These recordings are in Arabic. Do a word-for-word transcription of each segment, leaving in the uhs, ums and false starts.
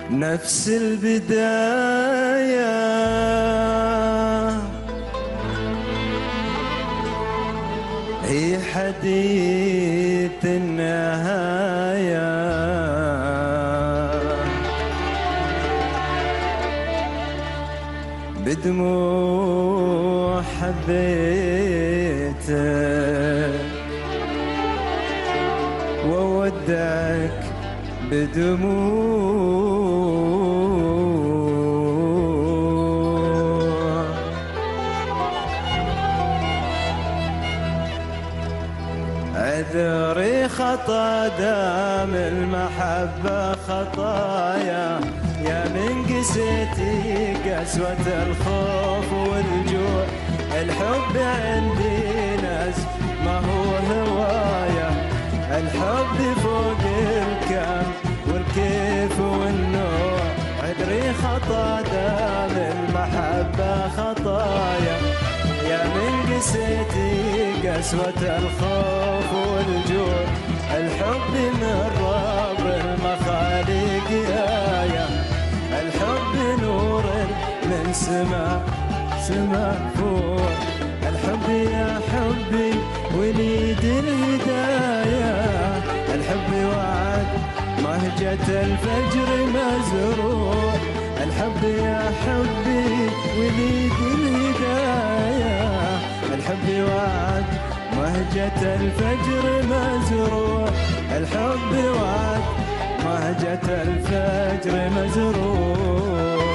نفس البداية هي حديث النهاية، بدموع حبيتك وودعك بدموع. عذري خطا دام المحبة خطايا، يا من قسيتي قسوة الخوف والجوع. الحب عندي ناس ما هو هوايا، الحب فوق الكم والكيف والنوع. عذري خطا دام المحبة خطايا، يا من قسيتي قسوة الخوف والجوع. الحب من رب المخالق آية، الحب نور من سماء سماء فوق. الحب يا حبي وليد الهداية، الحب وعد مهجة الفجر مزروع. الحب يا حبي وليد الهداية، الحب وعد مهجة الفجر مزروع. الحب وعد مهجة الفجر مزروع.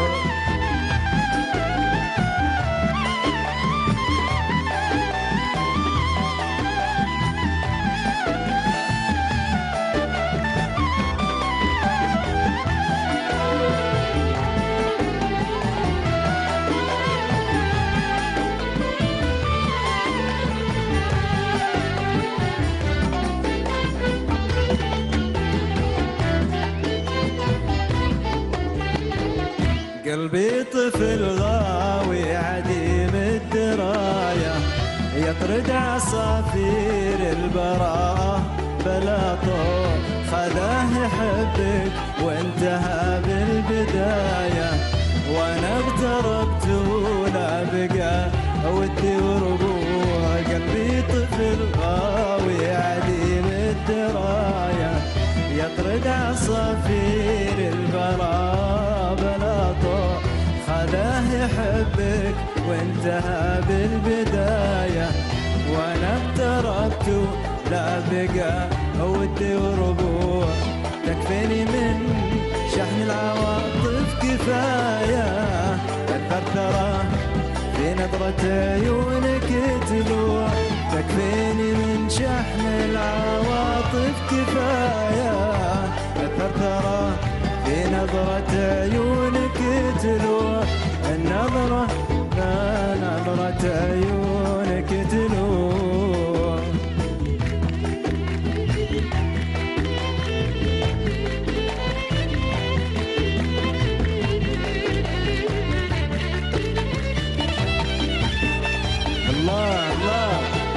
قلبي طفل غاوي عديم الدراية، يطرد عصافير البراءة بلا طور. خذاه يحبك وانتهى بالبداية، وانا اغتربت ولا بقى ودي وربوع. قلبي طفل غاوي عديم الدراية، يطرد عصافير البراءة بلا طور. خذاه يحبك وانتهى بالبداية، وانا اقتربت لا بقى ودي وربوع. تكفيني من شحن العواطف كفاية، الثرثرة في نظرة عيونك تلوع. تكفيني من شحن العواطف كفاية، الثرثرة في نظرة عيونك تلوع. النظرة ما نظرة عيونك تلوع. الله الله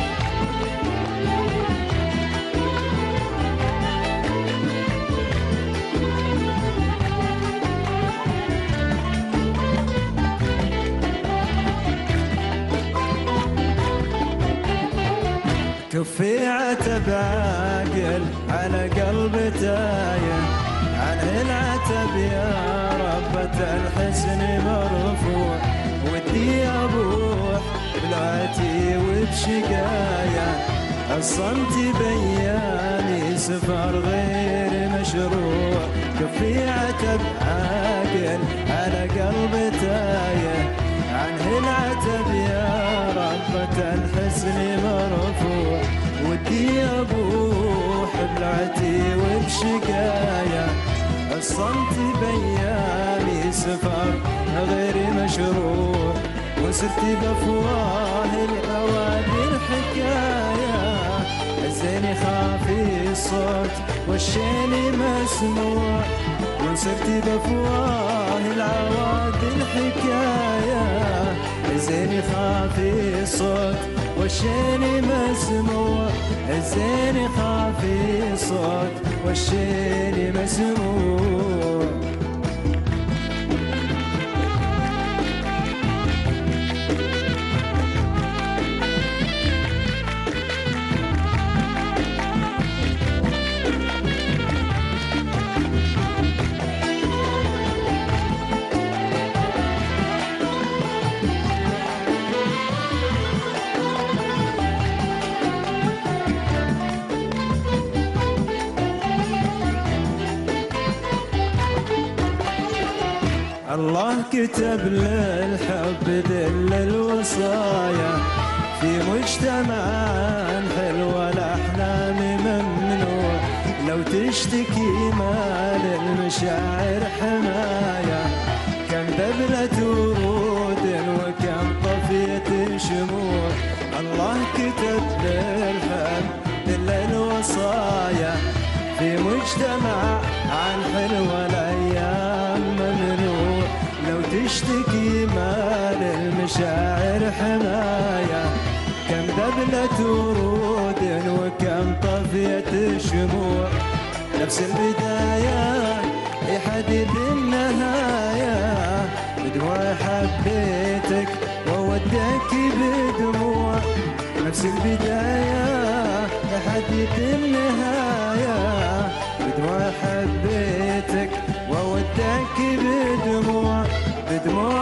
كفي عتب عاقل على قلب تايه، عنه العتب يا ربة الحسن مرفوع. ودي أبوح بلعتي وبشقايا، الصمت بياني سفر غير مشروع. كفي عتب عاقل على قلب تايه، عنه العتب يا ربة الحسن مرفوع. ودي أبوح بلعتي وبشقايا، الصمت بياني سفر غير مشروع. وصرت بأفواه الأوادي الحكاية، الزين خافي الصوت والشين مسموع. وصرت بأفواه العوادي الحكاية، الزين خافي الصوت والشين مسموع. الزين خافي الصوت والشين مسموع. الله كتب للحب ذل الوصايا في مجتمع حلوة الأحلام ممنوع لو تشتكي ما للمشاعر حماية كم ذبلة ورود وكم طفية شموع الله كتب للحب ذل الوصايا في مجتمع عن حلوة الأيام ممنوع لو تشتكي ما للمشاعر حماية كم ذبلة ورود وكم طفية شموع نفس البداية يحدد النهاية بدموع حبيتك وودك بدموع نفس البداية يحدد النهاية بدموع حبيتك وودك بدموع بدموع